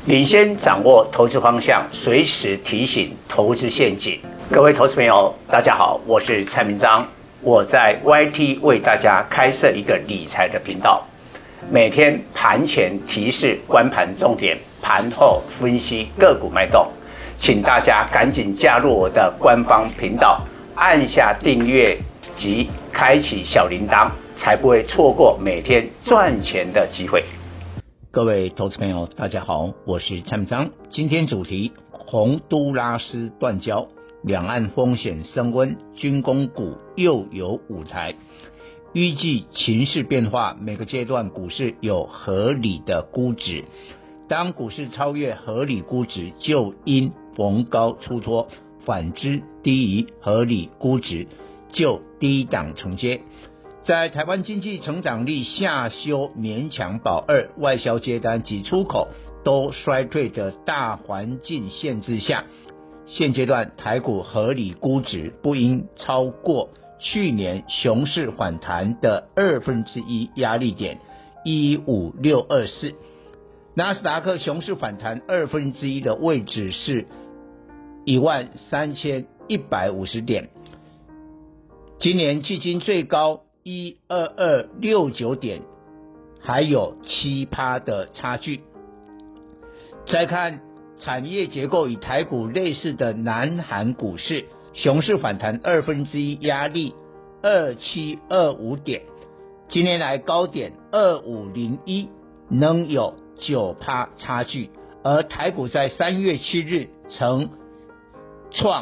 领先掌握投资方向，随时提醒投资陷阱。各位投资朋友，大家好，我是蔡明彰，我在 YT 为大家开设一个理财的频道，每天盘前提示观盘重点，盘后分析个股脉动，请大家赶紧加入我的官方频道，按下订阅及开启小铃铛，才不会错过每天赚钱的机会。各位投资朋友，大家好，我是蔡明彰。今天主题：洪都拉斯断交，两岸风险升温，军工股又有舞台。预计情势变化，每个阶段股市有合理的估值。当股市超越合理估值，就应逢高出脱；反之，低于合理估值，就低档承接。在台湾经济成长力下修勉强保二，外销接单及出口都衰退的大环境限制下，现阶段台股合理估值不应超过去年熊市反弹的1/2压力点15624。纳斯达克熊市反弹1/2的位置是13150点，今年迄今最高12269点，还有7%的差距。再看产业结构，与台股类似的南韩股市，熊市反弹1/2压力2725点，今年来高点2501，能有9%差距。而台股在3月7日曾创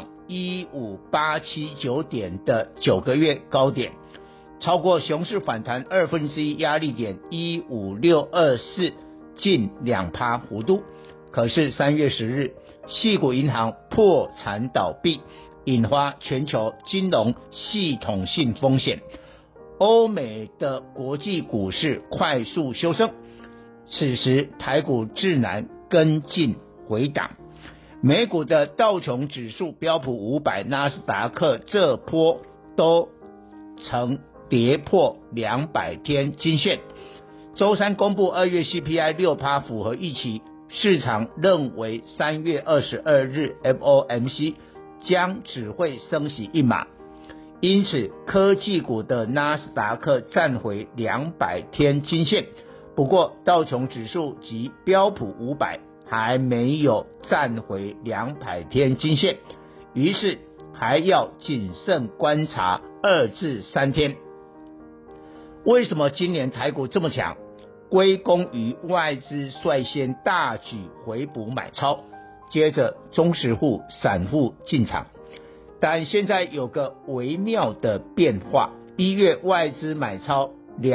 15879点的9个月高点，超过熊市反弹1/2压力点15624，近2%幅度。可是3月10日，矽谷银行破产倒闭，引发全球金融系统性风险，欧美的国际股市快速修正，此时台股自然跟进回档。美股的道琼指数、标普500、纳斯达克这波都曾跌破200天均线。周三公布2月 CPI 6%， 符合预期，市场认为3月22日 FOMC 将只会升息1码，因此科技股的纳斯达克站回200天均线。不过道琼指数及标普500还没有站回200天均线，于是还要谨慎观察2至3天。为什么今年台股这么强？归功于外资率先大举回补买超，接着中实户、散户进场。但现在有个微妙的变化，1月外资买超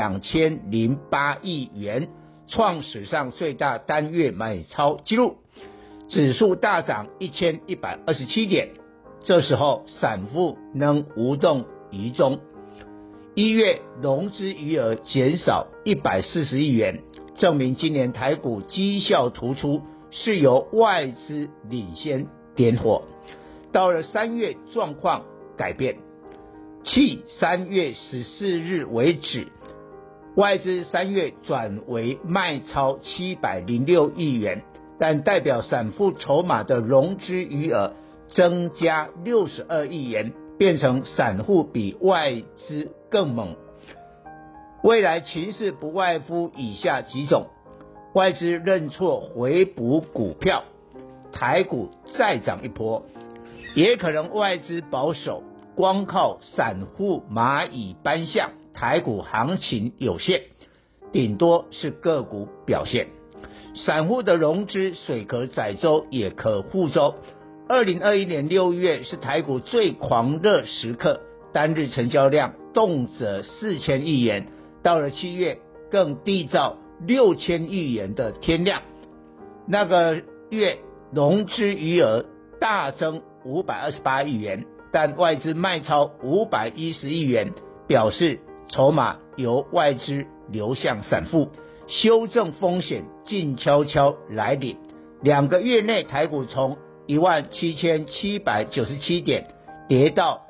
2008亿元，创史上最大单月买超纪录，指数大涨1127点，这时候散户能无动于衷。1月融资余额减少140亿元，证明今年台股绩效突出，是由外资领先点火。到了3月，状况改变，迄3月14日为止，外资3月转为卖超706亿元，但代表散户筹码的融资余额增加62亿元，变成散户比外资更猛。未来情势不外乎以下几种：外资认错回补股票，台股再涨一波；也可能外资保守，光靠散户蚂蚁搬象，台股行情有限，顶多是个股表现。散户的融资水可载舟，也可覆舟。2021年6月是台股最狂热时刻，单日成交量动辄4000亿元，到了7月更缔造6000亿元的天量。那个月融资余额大增528亿元，但外资卖超510亿元，表示筹码由外资流向散户，修正风险静悄悄来临。2个月内台股从17797点跌到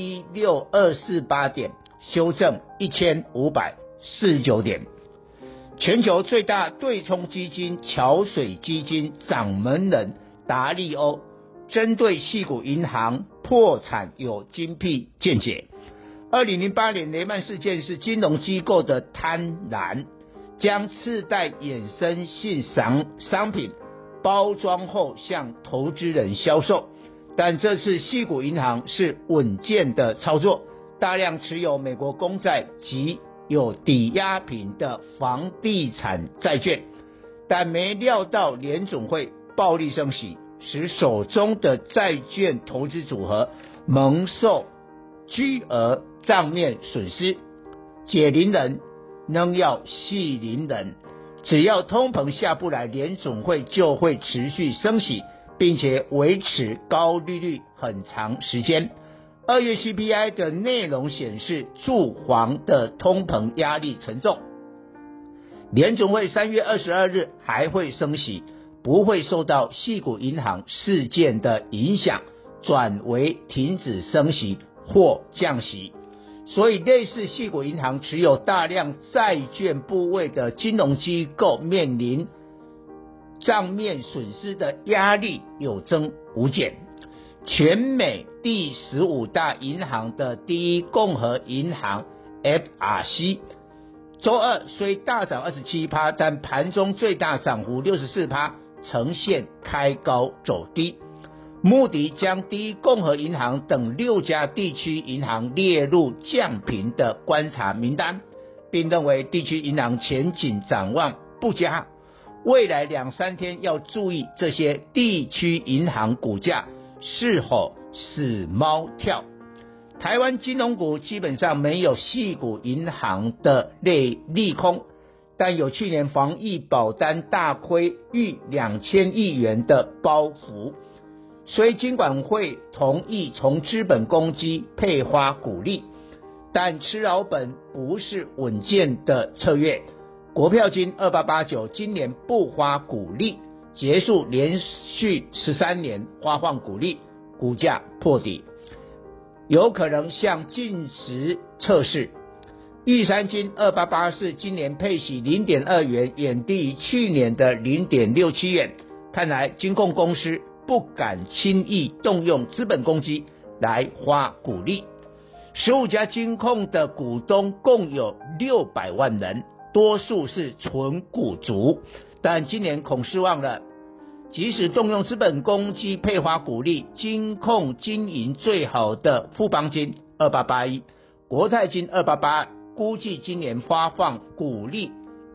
16248点，修正1549点。 全球最大对冲基金桥水基金掌门人达利欧针对矽谷银行破产有精辟见解。2008年雷曼事件是金融机构的贪婪，将次贷衍生性商品包装后向投资人销售，但这次矽谷银行是稳健的操作，大量持有美国公债及有抵押品的房地产债券，但没料到联准会暴力升息，使手中的债券投资组合蒙受巨额账面损失。解铃人仍要系铃人，只要通膨下不来，联准会就会持续升息，并且维持高利率很长时间。2月 CPI 的内容显示，住房的通膨压力沉重。联准会3月22日还会升息，不会受到矽谷银行事件的影响，转为停止升息或降息。所以类似矽谷银行持有大量债券部位的金融机构面临账面损失的压力有增无减。全美第15大银行的第一共和银行 FRC 周二虽大涨 27%， 但盘中最大涨幅 64%， 呈现开高走低。穆迪将第一共和银行等6家地区银行列入降评的观察名单，并认为地区银行前景展望不佳，未来2-3天要注意这些地区银行股价是否死猫跳。台湾金融股基本上没有矽谷银行的利空，但有去年防疫保单大亏逾2000亿元的包袱，虽金管会同意从资本公积配发股利，但吃老本不是稳健的策略。国票金2889今年不发股利，结束连续13年发放股利，股价破底，有可能向净值测试。玉山金2884今年配息 0.2 元，远低于去年的 0.67 元，看来金控公司不敢轻易动用资本公积来发股利。15家金控的股东共有600万人，多数是纯股族，但今年恐失望了。即使动用资本公积配发股利，金控经营最好的富邦金2881、国泰金2882估计今年发放股利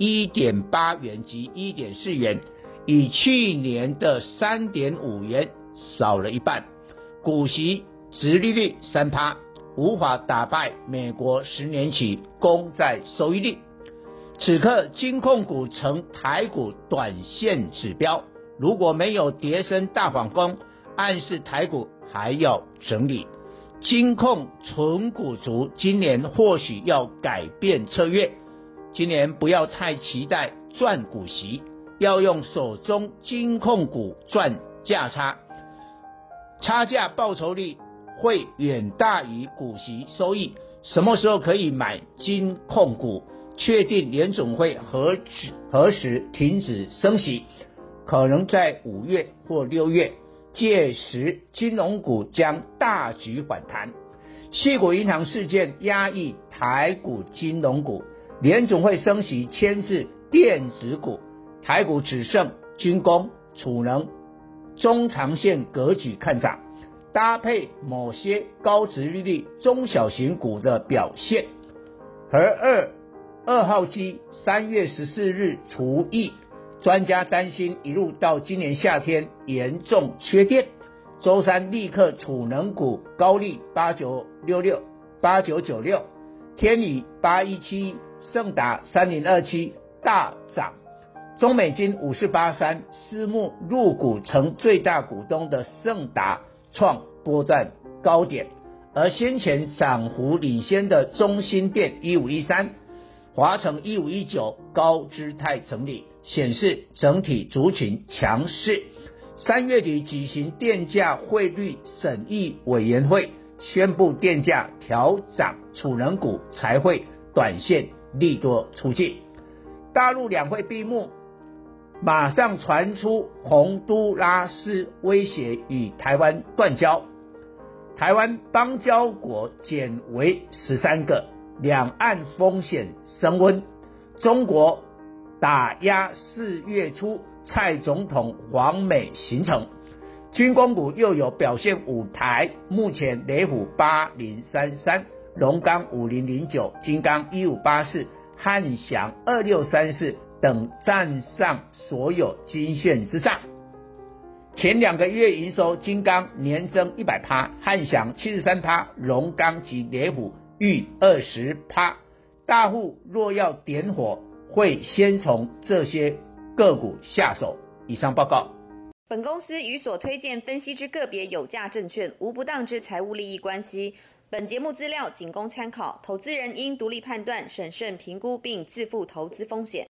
1.8 元及 1.4 元，以去年的 3.5 元少了一半，股息殖利率 3%， 无法打败美国10年期公债收益率。此刻金控股成台股短线指标，如果没有跌升大反攻，暗示台股还要整理。金控纯股族今年或许要改变策略，今年不要太期待赚股息，要用手中金控股赚价差，差价报酬率会远大于股息收益。什么时候可以买金控股？确定联准会何时停止升息，可能在5月或6月，届时金融股将大举反弹。矽谷银行事件压抑台股金融股，联准会升息牵制电子股，台股只剩军工、储能，中长线格局看涨，搭配某些高殖利率中小型股的表现。而二号机3月14日除役，专家担心一路到今年夏天严重缺电。周三立刻储能股高力8966、8996、天宇8171、盛达3027大涨。中美金5483私募入股成最大股东的盛达创波段高点，而先前涨幅领先的中兴电1513、华城1519高姿态整理，显示整体族群强势。3月底举行电价汇率审议委员会，宣布电价调涨，储能股才会短线利多出尽。 大陆两会闭幕，马上传出洪都拉斯威胁与台湾断交，台湾邦交国减为13个，两岸风险升温。中国打压4月初蔡总统访美行程，军工股又有表现舞台，目前雷虎8033、龙钢5009、金刚1584、汉翔2634等站上所有均线之上。前2个月营收，金刚年增100%，汉翔73%，龙钢及雷虎逾20%。大户若要点火，会先从这些个股下手。以上报告。 本公司与所推荐分析之个别有价证券无不当之财务利益关系。本节目资料仅供参考，投资人应独立判断、审慎评估并自负投资风险。